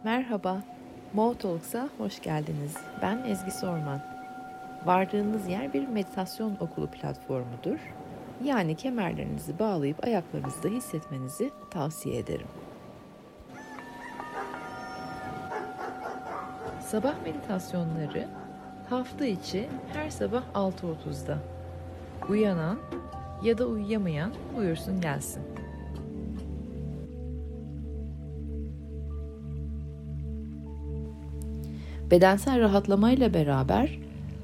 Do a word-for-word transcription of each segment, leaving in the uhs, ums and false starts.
Merhaba, Mo Talks'a hoş geldiniz. Ben Ezgi Sorman. Vardığınız yer bir meditasyon okulu platformudur. Yani kemerlerinizi bağlayıp ayaklarınızda hissetmenizi tavsiye ederim. Sabah meditasyonları hafta içi her sabah altı otuzda. Uyanan ya da uyuyamayan buyursun gelsin. Bedensel rahatlamayla beraber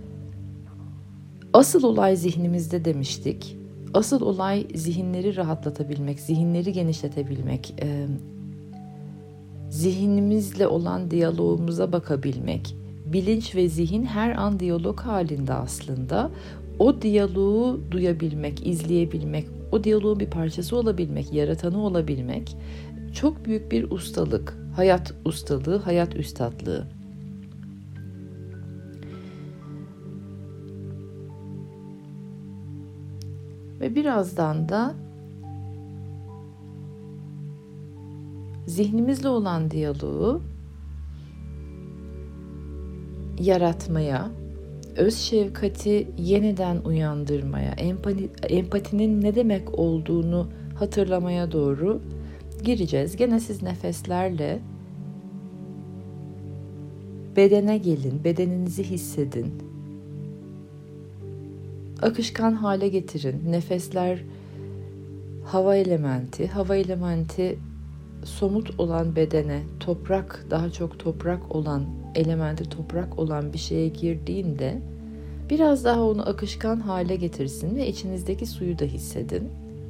asıl olay zihnimizde demiştik. Asıl olay zihinleri rahatlatabilmek, zihinleri genişletebilmek, e, zihnimizle olan diyalogumuza bakabilmek. Bilinç ve zihin her an diyalog halinde aslında. O diyaloğu duyabilmek, izleyebilmek, o diyaloğun bir parçası olabilmek, yaratanı olabilmek çok büyük bir ustalık. Hayat ustalığı, hayat üstadlığı. Ve birazdan da zihnimizle olan diyaloğu yaratmaya, öz şefkati yeniden uyandırmaya, empati, empatinin ne demek olduğunu hatırlamaya doğru gireceğiz. Gene siz nefeslerle bedene gelin, bedeninizi hissedin. Akışkan hale getirin. Nefesler hava elementi, hava elementi somut olan bedene, toprak, daha çok toprak olan, elementi toprak olan bir şeye girdiğinde biraz daha onu akışkan hale getirsin ve içinizdeki suyu da hissedin.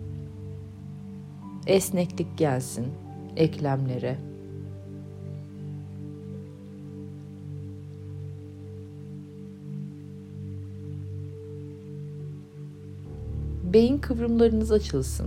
Esneklik gelsin eklemlere. Beyin kıvrımlarınız açılsın.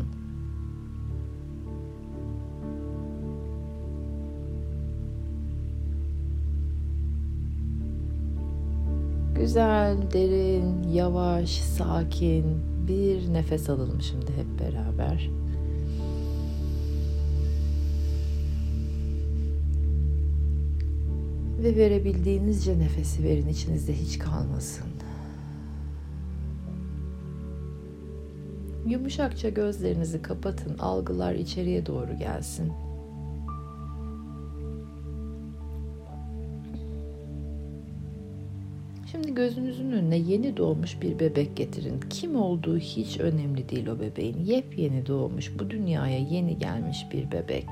Güzel, derin, yavaş, sakin bir nefes alalım şimdi hep beraber. Ve verebildiğinizce nefesi verin, içinizde hiç kalmasın. Yumuşakça gözlerinizi kapatın, algılar içeriye doğru gelsin. Şimdi gözünüzün önüne yeni doğmuş bir bebek getirin. Kim olduğu hiç önemli değil o bebeğin. Yepyeni doğmuş, bu dünyaya yeni gelmiş bir bebek.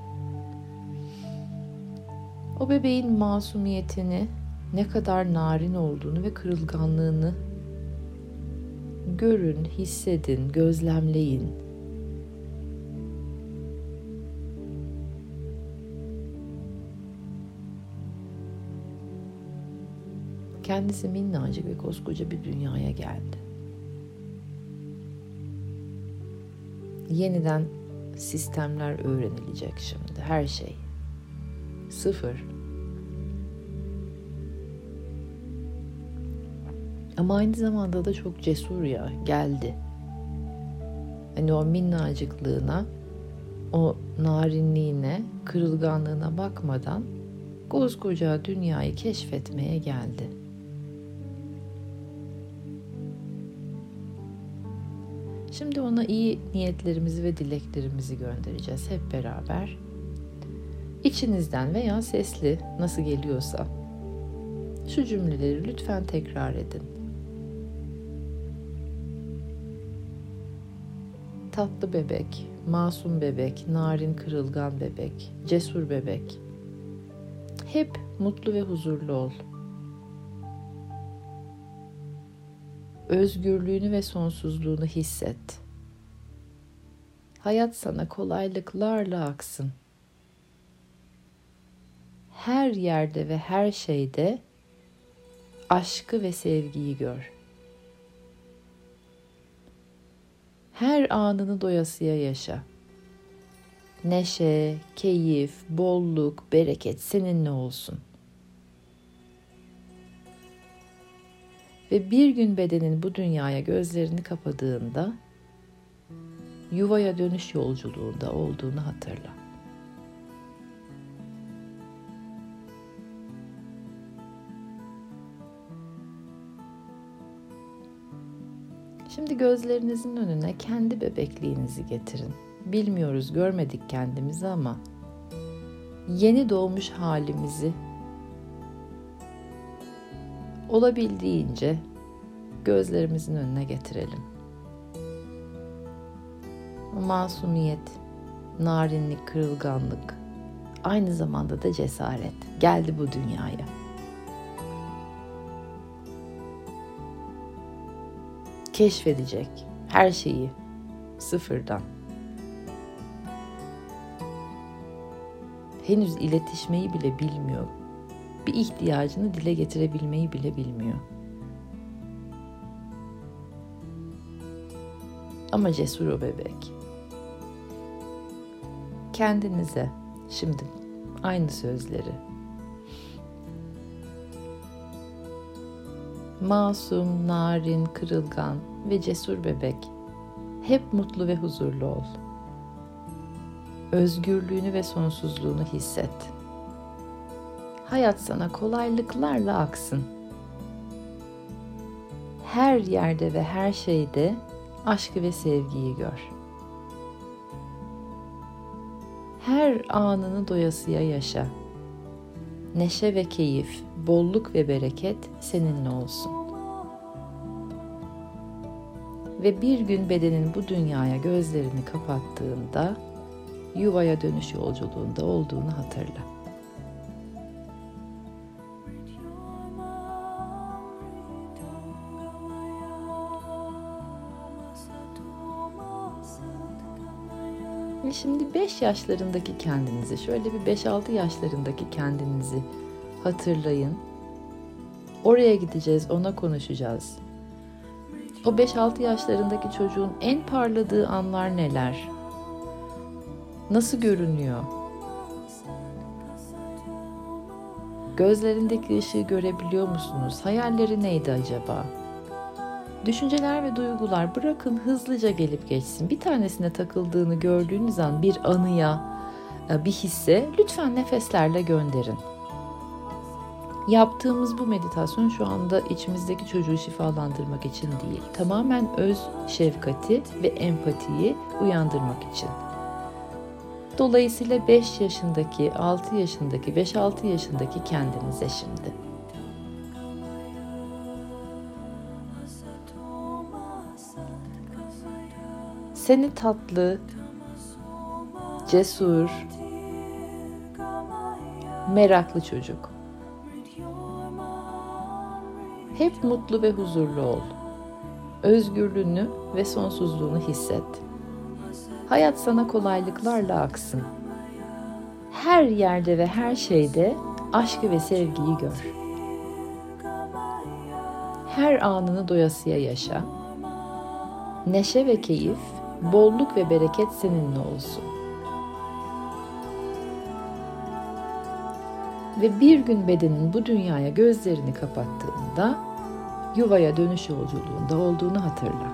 O bebeğin masumiyetini, ne kadar narin olduğunu ve kırılganlığını görün, hissedin, gözlemleyin. Kendisi minnacık ve koskoca bir dünyaya geldi. Yeniden sistemler öğrenilecek şimdi, her şey. Sıfır. Ama aynı zamanda da çok cesur ya, geldi. Hani o minnacıklığına, o narinliğine, kırılganlığına bakmadan koskoca dünyayı keşfetmeye geldi. Şimdi ona iyi niyetlerimizi ve dileklerimizi göndereceğiz hep beraber. İçinizden veya sesli nasıl geliyorsa şu cümleleri lütfen tekrar edin. Tatlı bebek, masum bebek, narin kırılgan bebek, cesur bebek. Hep mutlu ve huzurlu ol. Özgürlüğünü ve sonsuzluğunu hisset. Hayat sana kolaylıklarla aksın. Her yerde ve her şeyde aşkı ve sevgiyi gör. Her anını doyasıya yaşa. Neşe, keyif, bolluk, bereket seninle olsun. Ve bir gün bedenin bu dünyaya gözlerini kapadığında yuvaya dönüş yolculuğunda olduğunu hatırla. Şimdi gözlerinizin önüne kendi bebekliğinizi getirin. Bilmiyoruz, görmedik kendimizi ama yeni doğmuş halimizi olabildiğince gözlerimizin önüne getirelim. Masumiyet, narinlik, kırılganlık, aynı zamanda da cesaret geldi bu dünyaya. Keşfedecek her şeyi sıfırdan. Henüz iletişmeyi bile bilmiyor. Bir ihtiyacını dile getirebilmeyi bile bilmiyor. Ama cesur o bebek. Kendinize şimdi aynı sözleri. Masum, narin, kırılgan ve cesur bebek, hep mutlu ve huzurlu ol. Özgürlüğünü ve sonsuzluğunu hisset. Hayat sana kolaylıklarla aksın. Her yerde ve her şeyde aşkı ve sevgiyi gör. Her anını doyasıya yaşa. Neşe ve keyif, bolluk ve bereket seninle olsun. Ve bir gün bedenin bu dünyaya gözlerini kapattığında, yuvaya dönüş yolculuğunda olduğunu hatırla. Ve şimdi beş yaşlarındaki kendinizi, şöyle bir beş altı yaşlarındaki kendinizi hatırlayın. Oraya gideceğiz, ona konuşacağız. O beş altı yaşlarındaki çocuğun en parladığı anlar neler? Nasıl görünüyor? Gözlerindeki ışığı görebiliyor musunuz? Hayalleri neydi acaba? Düşünceler ve duygular bırakın hızlıca gelip geçsin. Bir tanesine takıldığını gördüğünüz an bir anıya, bir hisse lütfen nefeslerle gönderin. Yaptığımız bu meditasyon şu anda içimizdeki çocuğu şifalandırmak için değil, tamamen öz şefkati ve empatiyi uyandırmak için. Dolayısıyla beş yaşındaki, altı yaşındaki, beş altı yaşındaki kendinize şimdi. Seni tatlı, cesur, meraklı çocuk. Hep mutlu ve huzurlu ol. Özgürlüğünü ve sonsuzluğunu hisset. Hayat sana kolaylıklarla aksın. Her yerde ve her şeyde aşkı ve sevgiyi gör. Her anını doyasıya yaşa. Neşe ve keyif, bolluk ve bereket seninle olsun. Ve bir gün bedenin bu dünyaya gözlerini kapattığında, yuvaya dönüş yolculuğunda olduğunu hatırla.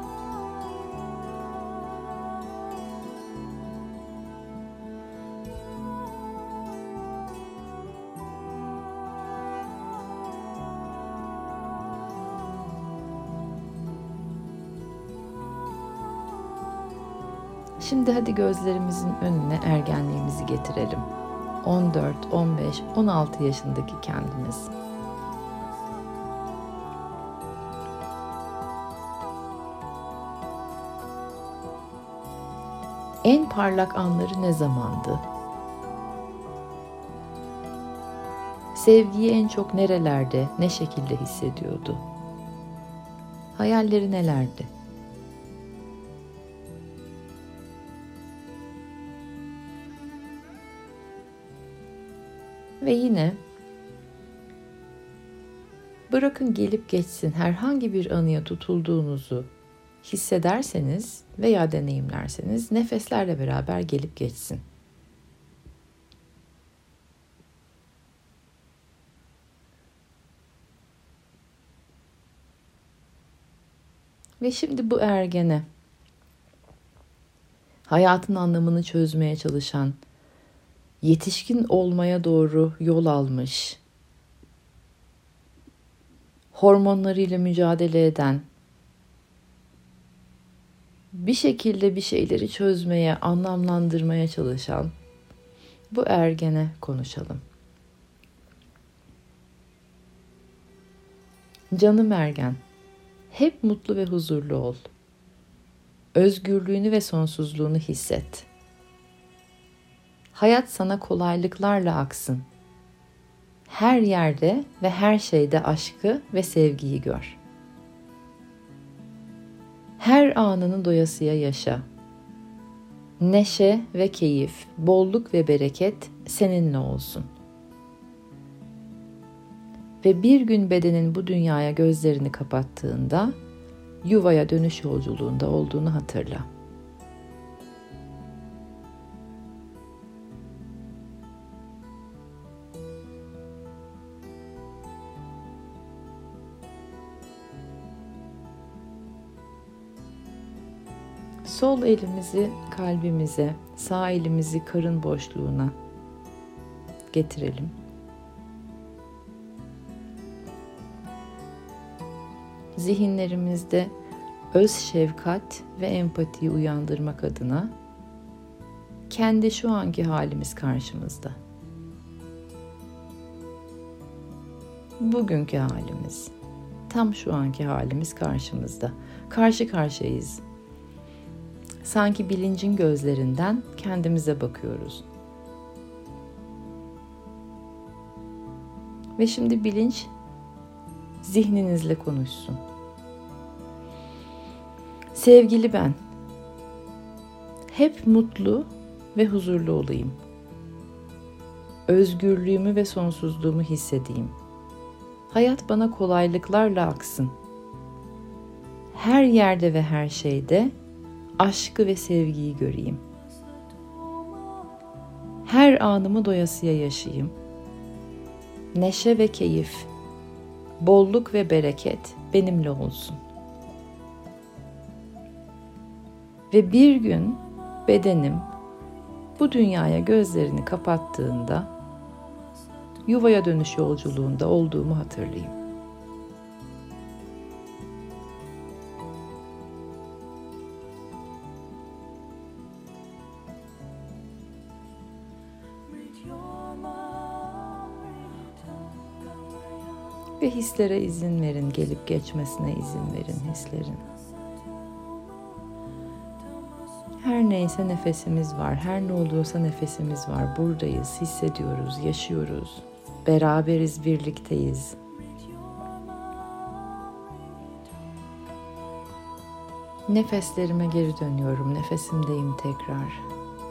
Şimdi hadi gözlerimizin önüne ergenliğimizi getirelim. on dört, on beş, on altı yaşındaki kendimiz. En parlak anları ne zamandı? Sevgiyi en çok nerelerde, ne şekilde hissediyordu? Hayalleri nelerdi? Ve yine bırakın gelip geçsin, herhangi bir anıya tutulduğunuzu hissederseniz veya deneyimlerseniz nefeslerle beraber gelip geçsin. Ve şimdi bu ergene, hayatın anlamını çözmeye çalışan, yetişkin olmaya doğru yol almış, hormonlarıyla mücadele eden, bir şekilde bir şeyleri çözmeye, anlamlandırmaya çalışan bu ergene konuşalım. Canım ergen, hep mutlu ve huzurlu ol. Özgürlüğünü ve sonsuzluğunu hisset. Hayat sana kolaylıklarla aksın. Her yerde ve her şeyde aşkı ve sevgiyi gör. Her anını doyasıya yaşa. Neşe ve keyif, bolluk ve bereket seninle olsun. Ve bir gün bedenin bu dünyaya gözlerini kapattığında, yuvaya dönüş yolculuğunda olduğunu hatırla. Sol elimizi kalbimize, sağ elimizi karın boşluğuna getirelim. Zihinlerimizde öz şefkat ve empatiyi uyandırmak adına kendi şu anki halimiz karşımızda. Bugünkü halimiz, tam şu anki halimiz karşımızda. Karşı karşıyayız. Sanki bilincin gözlerinden kendimize bakıyoruz. Ve şimdi bilinç zihninizle konuşsun. Sevgili ben, hep mutlu ve huzurlu olayım. Özgürlüğümü ve sonsuzluğumu hissedeyim. Hayat bana kolaylıklarla aksın. Her yerde ve her şeyde aşkı ve sevgiyi göreyim. Her anımı doyasıya yaşayayım. Neşe ve keyif, bolluk ve bereket benimle olsun. Ve bir gün bedenim bu dünyaya gözlerini kapattığında yuvaya dönüş yolculuğunda olduğumu hatırlayayım. Ve hislere izin verin, gelip geçmesine izin verin hislerin. Her neyse nefesimiz var, her ne oluyorsa nefesimiz var. Buradayız, hissediyoruz, yaşıyoruz. Beraberiz, birlikteyiz. Nefeslerime geri dönüyorum, nefesimdeyim tekrar.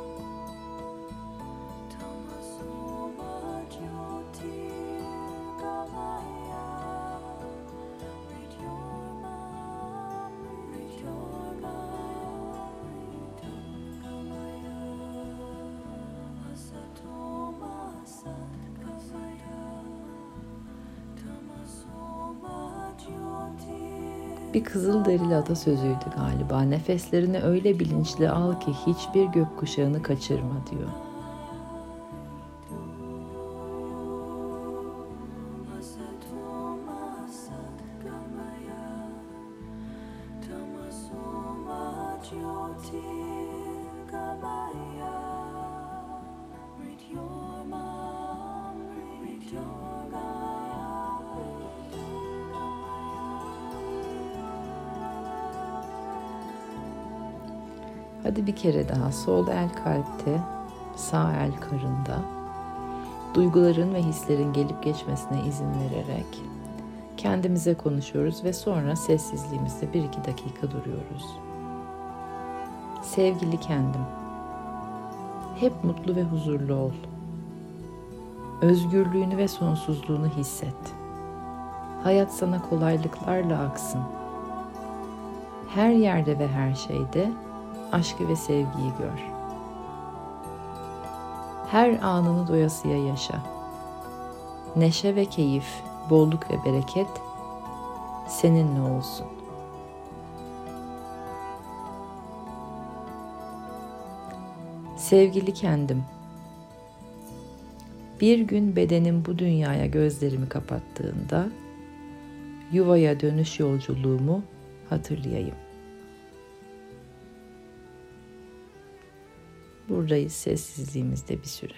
Bir Kızılderili atasözüydü galiba. Nefeslerini öyle bilinçli al ki hiçbir gökkuşağını kaçırma diyor. Hadi bir kere daha sol el kalpte, sağ el karında, duyguların ve hislerin gelip geçmesine izin vererek kendimize konuşuyoruz ve sonra sessizliğimizde bir iki dakika duruyoruz. Sevgili kendim, hep mutlu ve huzurlu ol. Özgürlüğünü ve sonsuzluğunu hisset. Hayat sana kolaylıklarla aksın. Her yerde ve her şeyde aşkı ve sevgiyi gör. Her anını doyasıya yaşa. Neşe ve keyif, bolluk ve bereket seninle olsun. Sevgili kendim, bir gün bedenim bu dünyaya gözlerimi kapattığında yuvaya dönüş yolculuğumu hatırlayayım. buradayız sessizliğimizde bir süre.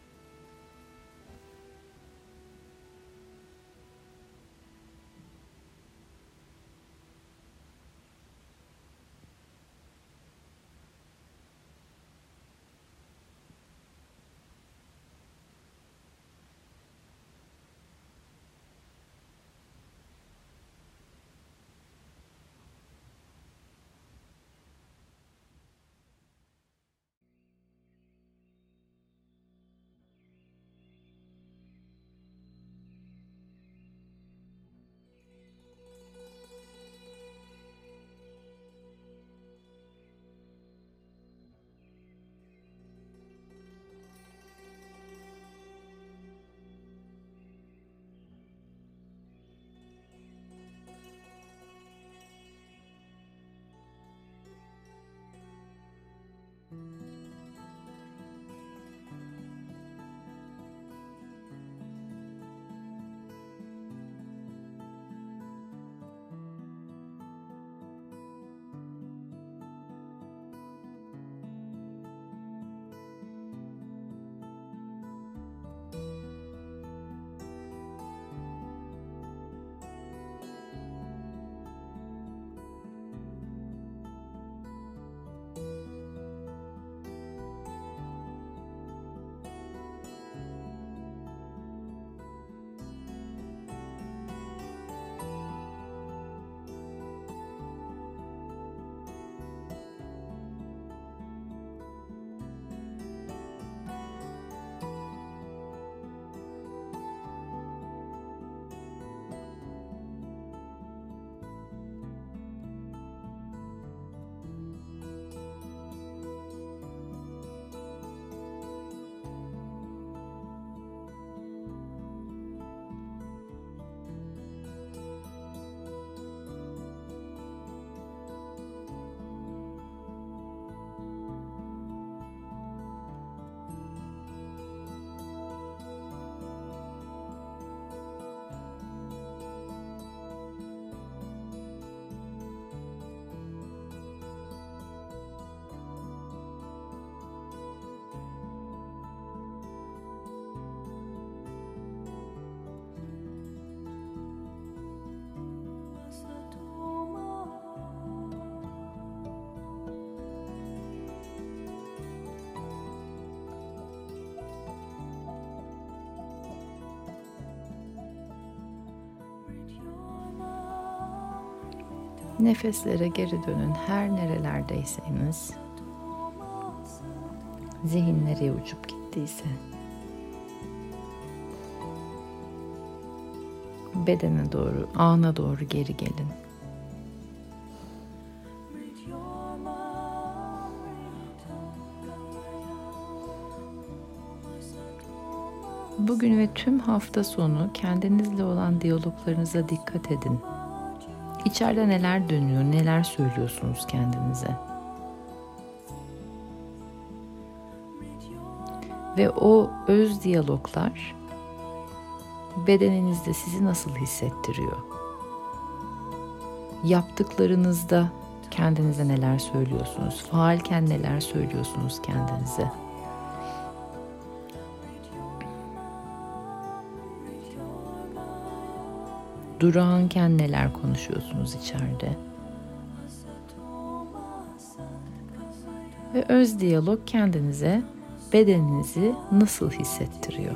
Nefeslere geri dönün her nerelerdeyseniz. Zihin nereye uçup gittiyse. Bedene doğru, ana doğru geri gelin. Bugün ve tüm hafta sonu kendinizle olan diyaloglarınıza dikkat edin. İçeride neler dönüyor, neler söylüyorsunuz kendinize. Ve o öz diyaloglar bedeninizde sizi nasıl hissettiriyor? Yaptıklarınızda kendinize neler söylüyorsunuz? Faalken neler söylüyorsunuz kendinize? Durağanken neler konuşuyorsunuz içeride? Ve öz diyalog kendinize bedeninizi nasıl hissettiriyor?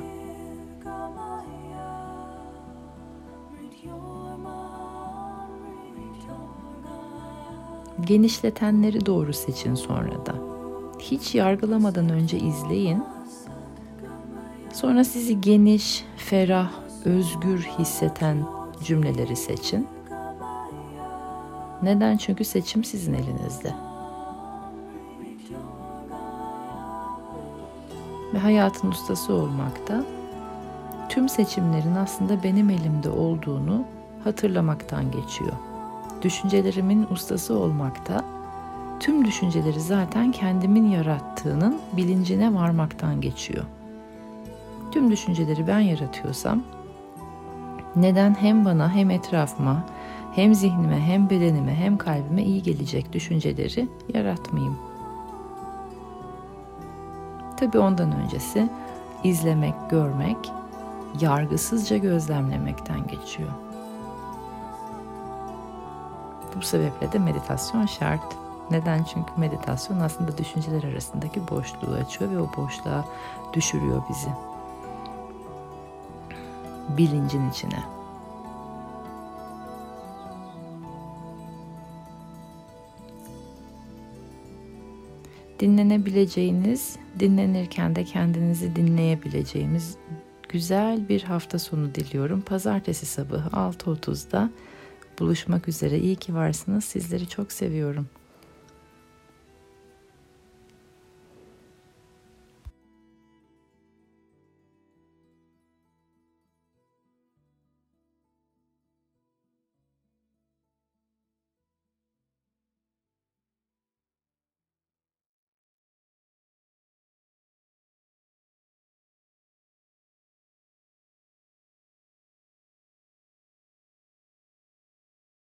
Genişletenleri doğru seçin sonra da. Hiç yargılamadan önce izleyin. Sonra sizi geniş, ferah, özgür hisseten cümleleri seçin. Neden? Çünkü seçim sizin elinizde. Ve hayatın ustası olmakta, tüm seçimlerin aslında benim elimde olduğunu hatırlamaktan geçiyor. Düşüncelerimin ustası olmakta, tüm düşünceleri zaten kendimin yarattığının bilincine varmaktan geçiyor. Tüm düşünceleri ben yaratıyorsam, neden hem bana hem etrafıma, hem zihnime, hem bedenime, hem kalbime iyi gelecek düşünceleri yaratmayayım? Tabii ondan öncesi izlemek, görmek, yargısızca gözlemlemekten geçiyor. Bu sebeple de meditasyon şart. Neden? Çünkü meditasyon aslında düşünceler arasındaki boşluğu açıyor ve o boşluğa düşürüyor bizi. Bilincin içine. Dinlenebileceğiniz, dinlenirken de kendinizi dinleyebileceğimiz güzel bir hafta sonu diliyorum. Pazartesi sabahı altı otuzda buluşmak üzere. İyi ki varsınız. Sizleri çok seviyorum.